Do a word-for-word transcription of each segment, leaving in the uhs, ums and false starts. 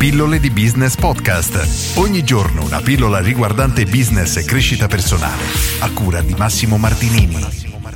Pillole di Business Podcast. Ogni giorno una pillola riguardante business e crescita personale. A cura di Massimo Martinini.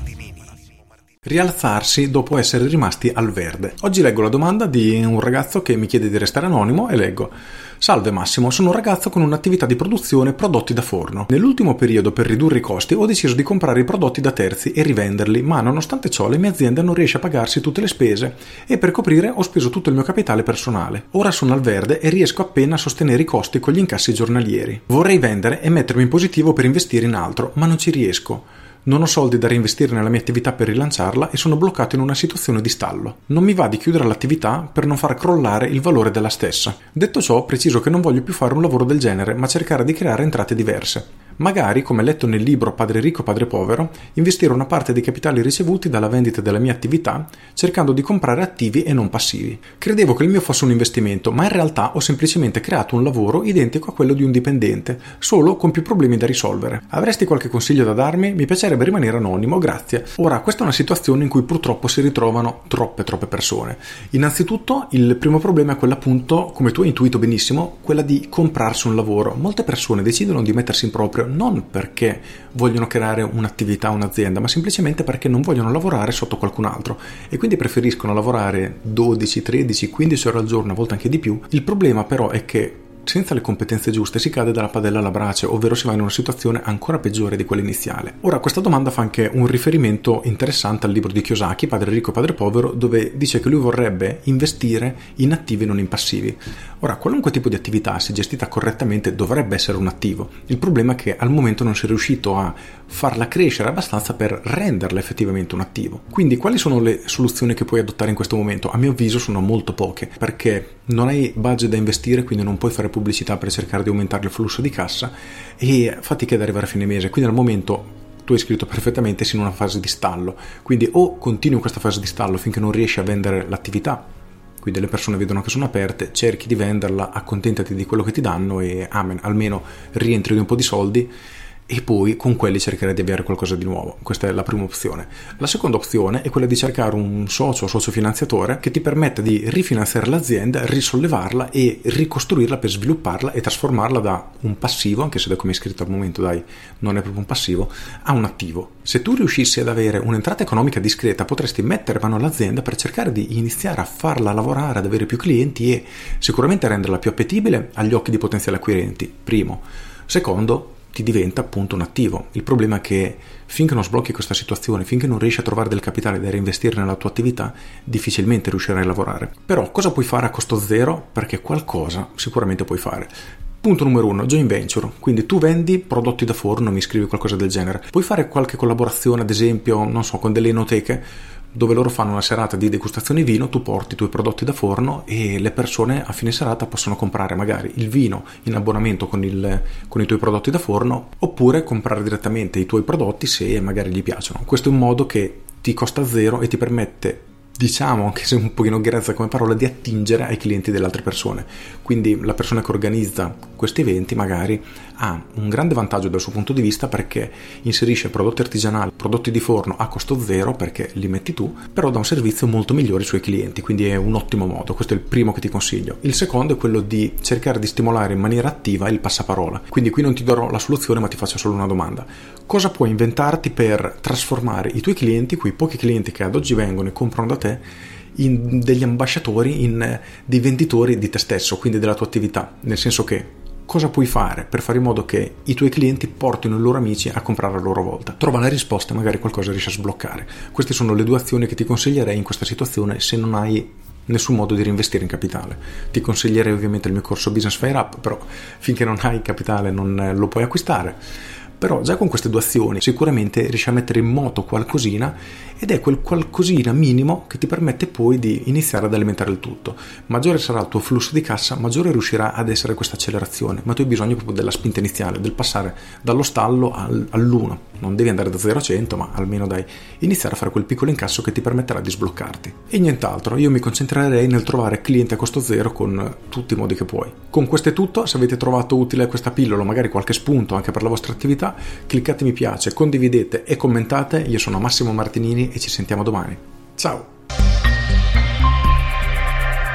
Rialzarsi dopo essere rimasti al verde. Oggi leggo la domanda di un ragazzo che mi chiede di restare anonimo e leggo: Salve Massimo, sono un ragazzo con un'attività di produzione prodotti da forno. Nell'ultimo periodo, per ridurre i costi, ho deciso di comprare i prodotti da terzi e rivenderli, ma nonostante ciò la mia azienda non riesce a pagarsi tutte le spese e per coprire ho speso tutto il mio capitale personale. Ora sono al verde e riesco appena a sostenere i costi con gli incassi giornalieri. Vorrei vendere e mettermi in positivo per investire in altro, ma non ci riesco. Non ho soldi da reinvestire nella mia attività per rilanciarla e sono bloccato in una situazione di stallo. Non mi va di chiudere l'attività per non far crollare il valore della stessa. Detto ciò, preciso che non voglio più fare un lavoro del genere, ma cercare di creare entrate diverse. Magari, come letto nel libro Padre ricco, padre povero, investire una parte dei capitali ricevuti dalla vendita della mia attività, cercando di comprare attivi e non passivi. Credevo che il mio fosse un investimento, ma in realtà ho semplicemente creato un lavoro identico a quello di un dipendente, solo con più problemi da risolvere. Avresti qualche consiglio da darmi? Mi piacerebbe rimanere anonimo, grazie. Ora, questa è una situazione in cui purtroppo si ritrovano troppe troppe persone. Innanzitutto, il primo problema è quello appunto, come tu hai intuito benissimo, quella di comprarsi un lavoro. Molte persone decidono di mettersi in proprio non perché vogliono creare un'attività, un'azienda, ma semplicemente perché non vogliono lavorare sotto qualcun altro e quindi preferiscono lavorare dodici, tredici, quindici ore al giorno, a volte anche di più. Il problema però è che senza le competenze giuste si cade dalla padella alla brace, ovvero si va in una situazione ancora peggiore di quella iniziale. Ora, questa domanda fa anche un riferimento interessante al libro di Kiyosaki, Padre ricco, padre povero, dove dice che lui vorrebbe investire in attivi e non in passivi. Ora, qualunque tipo di attività, se gestita correttamente, dovrebbe essere un attivo. Il problema è che al momento non si è riuscito a farla crescere abbastanza per renderla effettivamente un attivo. Quindi, quali sono le soluzioni che puoi adottare in questo momento? A mio avviso sono molto poche, perché non hai budget da investire, quindi non puoi fare pubblicità per cercare di aumentare il flusso di cassa e fatica ad arrivare a fine mese. Quindi al momento tu hai scritto perfettamente, sei in una fase di stallo, quindi o continui in questa fase di stallo finché non riesci a vendere l'attività, quindi le persone vedono che sono aperte, cerchi di venderla, accontentati di quello che ti danno e amen, almeno rientri di un po' di soldi e poi con quelli cercherai di avere qualcosa di nuovo. Questa è la prima opzione. La seconda opzione è quella di cercare un socio o socio finanziatore che ti permetta di rifinanziare l'azienda, risollevarla e ricostruirla per svilupparla e trasformarla da un passivo, anche se da come è scritto al momento dai non è proprio un passivo, a un attivo. Se tu riuscissi ad avere un'entrata economica discreta, potresti mettere mano all'azienda per cercare di iniziare a farla lavorare, ad avere più clienti e sicuramente renderla più appetibile agli occhi di potenziali acquirenti. Primo. Secondo, ti diventa appunto un attivo. Il problema è che finché non sblocchi questa situazione, finché non riesci a trovare del capitale da reinvestire nella tua attività, difficilmente riuscirai a lavorare. Però cosa puoi fare a costo zero? Perché qualcosa sicuramente puoi fare. Punto numero uno, joint venture, quindi tu vendi prodotti da forno, mi scrivi qualcosa del genere. Puoi fare qualche collaborazione, ad esempio, non so, con delle enoteche, dove loro fanno una serata di degustazione vino, tu porti i tuoi prodotti da forno e le persone a fine serata possono comprare magari il vino in abbonamento con, il, con i tuoi prodotti da forno oppure comprare direttamente i tuoi prodotti se magari gli piacciono. Questo è un modo che ti costa zero e ti permette, diciamo, anche se un pochino grezza come parola, di attingere ai clienti delle altre persone. Quindi la persona che organizza questi eventi magari ha un grande vantaggio dal suo punto di vista perché inserisce prodotti artigianali, prodotti di forno a costo zero perché li metti tu, però dà un servizio molto migliore ai suoi clienti, quindi è un ottimo modo. Questo è il primo che ti consiglio. Il secondo è quello di cercare di stimolare in maniera attiva il passaparola. Quindi qui non ti darò la soluzione ma ti faccio solo una domanda: cosa puoi inventarti per trasformare i tuoi clienti, quei pochi clienti che ad oggi vengono e comprano da te, in degli ambasciatori, in dei venditori di te stesso, quindi della tua attività? Nel senso che cosa puoi fare per fare in modo che i tuoi clienti portino i loro amici a comprare a loro volta? Trova la risposta e magari qualcosa riesci a sbloccare. Queste sono le due azioni che ti consiglierei in questa situazione se non hai nessun modo di reinvestire in capitale. Ti consiglierei ovviamente il mio corso Business Fire Up, però finché non hai capitale non lo puoi acquistare. Però già con queste due azioni sicuramente riesci a mettere in moto qualcosina ed è quel qualcosina minimo che ti permette poi di iniziare ad alimentare il tutto. Maggiore sarà il tuo flusso di cassa, maggiore riuscirà ad essere questa accelerazione, ma tu hai bisogno proprio della spinta iniziale, del passare dallo stallo al, all'uno. Non devi andare da zero a cento, ma almeno dai, iniziare a fare quel piccolo incasso che ti permetterà di sbloccarti. E nient'altro, io mi concentrerei nel trovare clienti a costo zero con tutti i modi che puoi. Con questo è tutto. Se avete trovato utile questa pillola, magari qualche spunto anche per la vostra attività, cliccate mi piace, condividete e commentate. Io sono Massimo Martinini e ci sentiamo domani. Ciao!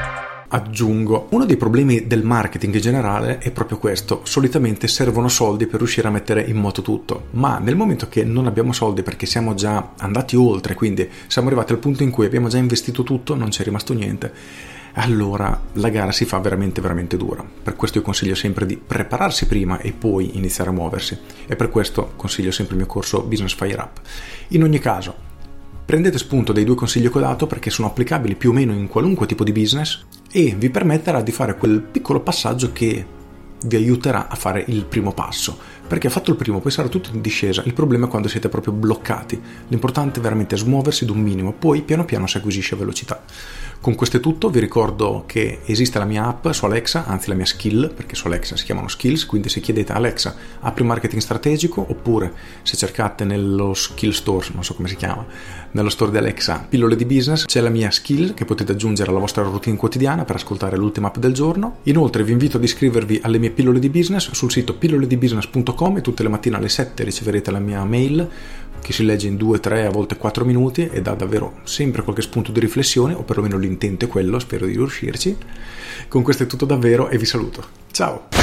aggiungo. Uno dei problemi del marketing in generale è proprio questo: solitamente servono soldi per riuscire a mettere in moto tutto, ma nel momento che non abbiamo soldi perché siamo già andati oltre, quindi siamo arrivati al punto in cui abbiamo già investito tutto, non c'è rimasto niente, allora la gara si fa veramente veramente dura. Per questo io consiglio sempre di prepararsi prima e poi iniziare a muoversi, e per questo consiglio sempre il mio corso Business Fire Up. In ogni caso, prendete spunto dai due consigli che ho dato, perché sono applicabili più o meno in qualunque tipo di business e vi permetterà di fare quel piccolo passaggio che vi aiuterà a fare il primo passo, perché fatto il primo poi sarà tutto in discesa. Il problema è quando siete proprio bloccati. L'importante è veramente smuoversi ad un minimo, poi piano piano si acquisisce velocità. Con questo è tutto. Vi ricordo che esiste la mia app su Alexa, anzi la mia skill, perché su Alexa si chiamano skills, quindi se chiedete Alexa apri un marketing strategico, oppure se cercate nello skill store, non so come si chiama, nello store di Alexa pillole di business, c'è la mia skill che potete aggiungere alla vostra routine quotidiana per ascoltare l'ultima app del giorno. Inoltre vi invito ad iscrivervi alle mie pillole di business sul sito pillole di business punto com, e tutte le mattine alle sette riceverete la mia mail che si legge in due, tre, a volte quattro minuti e dà davvero sempre qualche spunto di riflessione, o perlomeno l'intento è quello, spero di riuscirci. Con questo è tutto davvero e vi saluto. Ciao!